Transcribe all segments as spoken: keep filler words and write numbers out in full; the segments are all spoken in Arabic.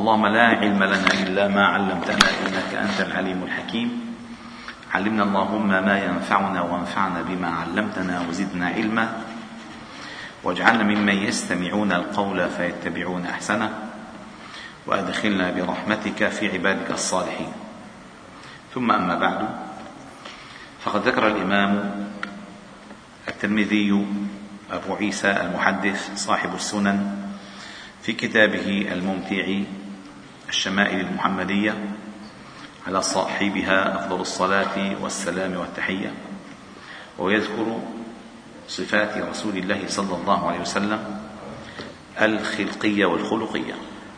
اللهم لا علم لنا إلا ما علمتنا إنك أنت العليم الحكيم. علمنا اللهم ما ينفعنا وانفعنا بما علمتنا وزدنا علما، واجعلنا ممن يستمعون القول فيتبعون أحسنه، وأدخلنا برحمتك في عبادك الصالحين. ثم أما بعد، فقد ذكر الإمام الترمذي أبو عيسى المحدث صاحب السنن في كتابه الممتع الشمائل المحمدية على صاحبها أفضل الصلاة والسلام والتحية، ويذكر صفات رسول الله صلى الله عليه وسلم الخلقية والخلقية.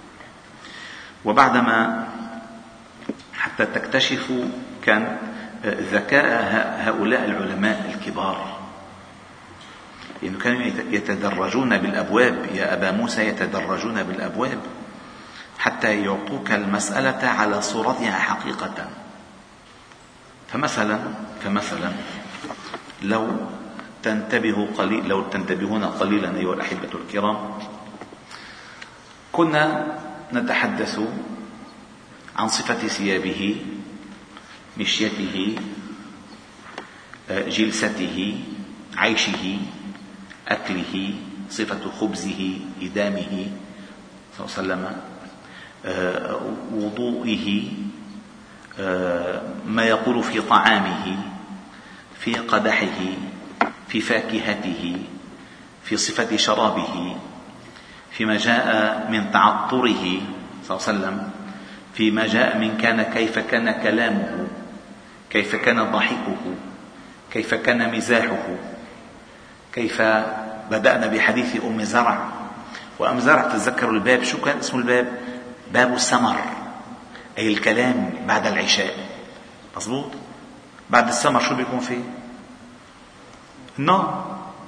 وبعدما حتى تكتشفوا كان ذكاء هؤلاء العلماء الكبار، لأنه كانوا يتدرجون بالأبواب، يا أبا موسى يتدرجون بالأبواب حتى يعطوك المسألة على صورتها حقيقة. فمثلا فمثلا لو تنتبهوا قليل لو تنتبهون قليلا أيها الأحبة الكرام، كنا نتحدث عن صفة ثيابه، مشيته، جلسته، عيشه، أكله، صفة خبزه، إدامه صلى الله عليه وسلم، وضوئه، ما يقول في طعامه، في قدحه، في فاكهته، في صفة شرابه، فيما جاء من تعطره صلى الله عليه وسلم، فيما جاء من كان كيف كان كلامه، كيف كان ضحكه، كيف كان مزاحه، كيف بدأنا بحديث أم زرع. وأم زرع تتذكروا الباب، شو كان اسم الباب؟ باب السمر، أي الكلام بعد العشاء. مظبوط؟ بعد السمر شو بيكون فيه؟ النوم.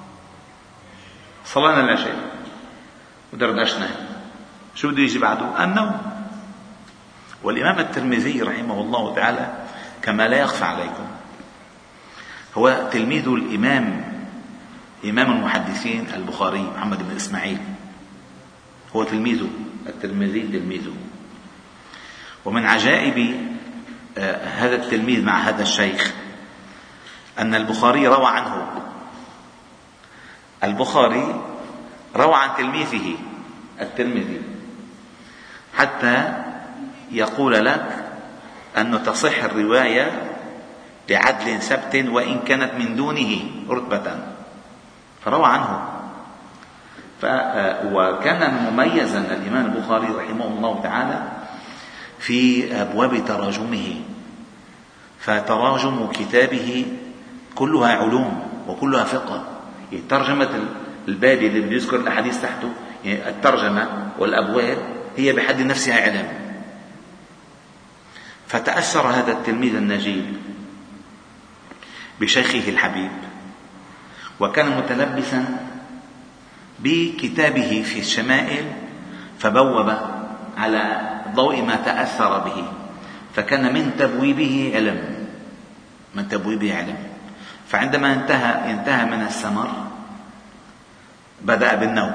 صلينا العشاء ودردشنا، شو بده يجي بعده؟ النوم. والإمام الترمذي رحمه الله تعالى كما لا يخفى عليكم هو تلميذ الإمام إمام المحدثين البخاري محمد بن إسماعيل، هو تلميذه، الترمذي تلميذه. ومن عجائب هذا التلميذ مع هذا الشيخ أن البخاري روى عنه، البخاري روى عن تلميذه الترمذي، حتى يقول لك أنه تصح الرواية لعدل ثبت وإن كانت من دونه رتبة، فروى عنه. وكان مميزا الإمام البخاري رحمه الله تعالى في أبواب تراجمه، فتراجم كتابه كلها علوم وكلها فقه. ترجمة الباب اللي بده يذكر الأحاديث تحته، يعني الترجمة والأبواب هي بحد نفسها علم. فتأثر هذا التلميذ النجيب بشيخه الحبيب، وكان متلبسا بكتابه في الشمائل، فبوب على ضوء ما تأثر به، فكان من تبويبه علم، من تبويبه علم. فعندما انتهى انتهى من السمر بدأ بالنوم.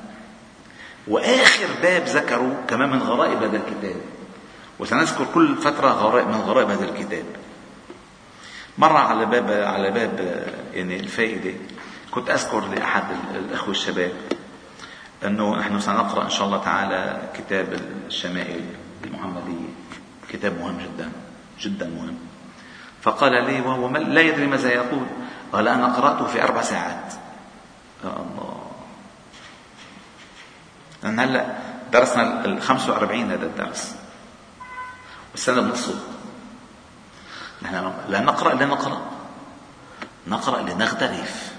وآخر باب ذكروا كمان من غرائب هذا الكتاب، وسنذكر كل فترة غرائب من غرائب هذا الكتاب. مرة على باب على باب يعني الفائدة، كنت أذكر لأحد الأخوة الشباب أنه نحن سنقرأ إن شاء الله تعالى كتاب الشمائل المحمدية، كتاب مهم جدا جدا مهم. فقال لي وهو لا يدري ماذا يقول، قال أنا قرأته في أربع ساعات. يا الله، لأن هلأ درسنا الخمس وأربعين هذا الدرس والسنة بنصه. نحن لا نقرأ لنقرأ، نقرأ لنغترف.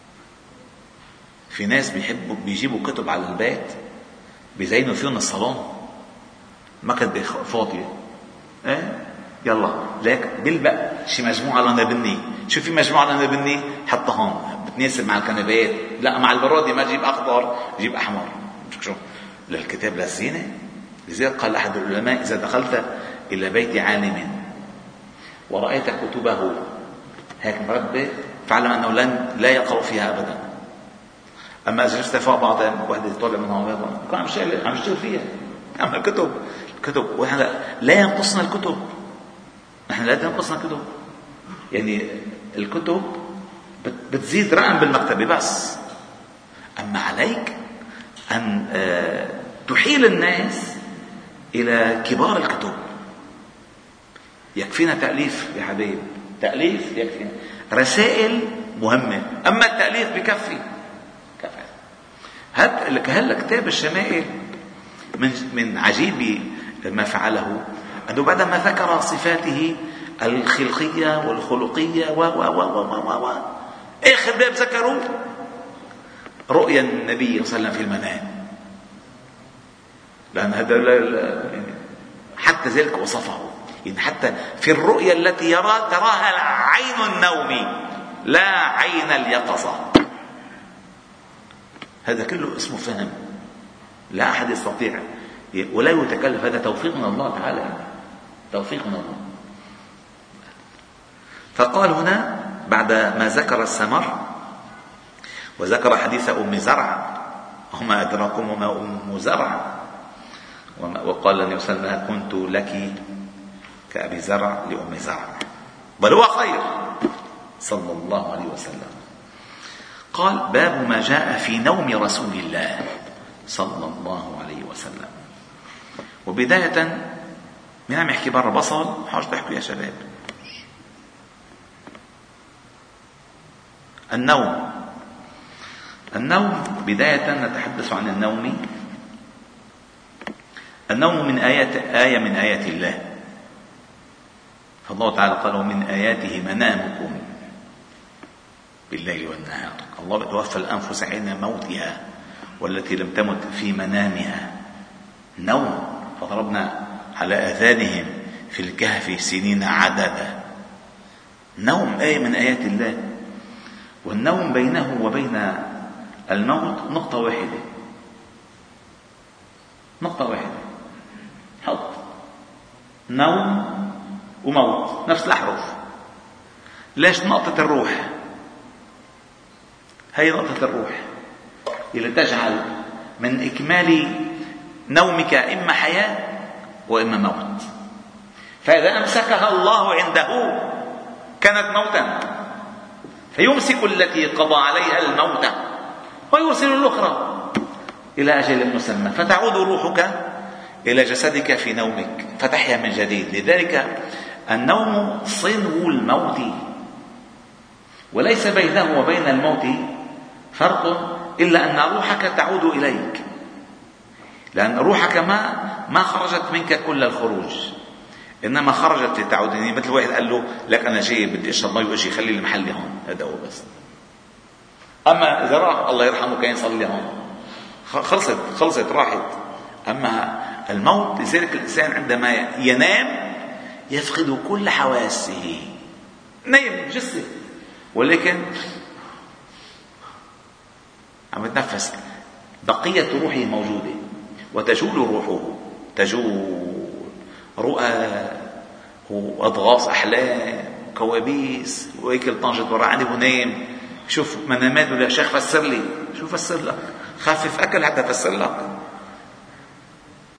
في ناس بيحبوا بيجيبوا كتب على البيت بيزينوا فيهم الصالون، مكتبة فاضية، ايه يلا ليك بلبق شي مجموعة لنا بني، شو في مجموعة لنا بني حطها هون بتناسب مع الكنبات، لا مع البرادي ما جيب أخضر جيب أحمر. شو للكتاب للزينة. لذلك قال أحد العلماء إذا دخلت إلى بيت عالم ورأيت كتبه هيك مربى فاعلم أنه لن لا يقرأ فيها أبدا. أما إذا جلست فوق بعض واحد يطلع منها كان عم يشتغل عم يشتغل فيها أما الكتب الكتب ونحن لا ينقصنا الكتب، نحن لا ينقصنا كتب، يعني الكتب بتزيد رقم بالمكتبة بس. أما عليك أن تحيل الناس إلى كبار الكتب. يكفينا تأليف يا حبيب، تأليف يكفينا، رسائل مهمة، أما التأليف بكفي كفي. هل كتاب الشمائل من من عجيب ما فعله أنه بعدما ذكر صفاته الخلقية والخلقية و و و و و و آخر باب ذكروا رؤيا النبي صلى الله عليه وسلم في المنام، لأن هذا حتى ذلك وصفه، يعني حتى في الرؤيا التي يرى تراها عين النوم لا عين اليقظة. هذا كله اسمه فهم، لا أحد يستطيع ولا يتكلف، هذا توفيق من الله تعالى، توفيق من الله. فقال هنا بعد ما ذكر السمر وذكر حديث أم زرع، وما أدراكم وما أم زرع، وقال النبي صلى الله عليه وسلم كنت لك كأبي زرع لأم زرع، بل هو خير صلى الله عليه وسلم. قال باب ما جاء في نوم رسول الله صلى الله عليه وسلم. وبداية من عم يحكي برا بصل، حاج تحكوا يا شباب. النوم، النوم بداية نتحدث عن النوم. النوم من آيات آية من آيات الله، فالله تعالى قال ومن آياته منامكم بالليل والنهار. الله يتوفى الأنفس حين موتها والتي لم تمت في منامها. نوم، فضربنا على آذانهم في الكهف سنين عددا. نوم آية من آيات الله. والنوم بينه وبين الموت نقطة واحدة، نقطة واحدة، حط نوم وموت نفس الأحرف. ليش نقطة الروح؟ هي نقطة الروح اللي تجعل من إكمال نومك إما حياة وإما موت. فإذا أمسكها الله عنده كانت موتا، فيمسك التي قضى عليها الموت ويرسل الأخرى إلى أجل مسمى، فتعود روحك إلى جسدك في نومك فتحيا من جديد. لذلك النوم صنو الموت، وليس بينه وبين الموت فرق إلا أن روحك تعود إليك، لأن روحك ما ما خرجت منك كل الخروج، إنما خرجت لتعود. يعني مثل واحد قال له لك أنا جاي بدي أشرب مي وأجي خلي المحل هون، هذا هو بس. أما إذا راح الله يرحمه كان يصلي هون، خلصت خلصت راحت. أما الموت، لذلك الإنسان عندما ينام يفقد كل حواسه، نايم جسده ولكن عم يتنفس، بقية روحه موجودة وتجول روحه، تجول رؤى وأضغاث أحلام كوابيس ويكل طنجة ورا عندي ونايم. شوف منامات ولا شيخ فسر لي، شو فسر لك؟ خفف أكل حتى فسر لك.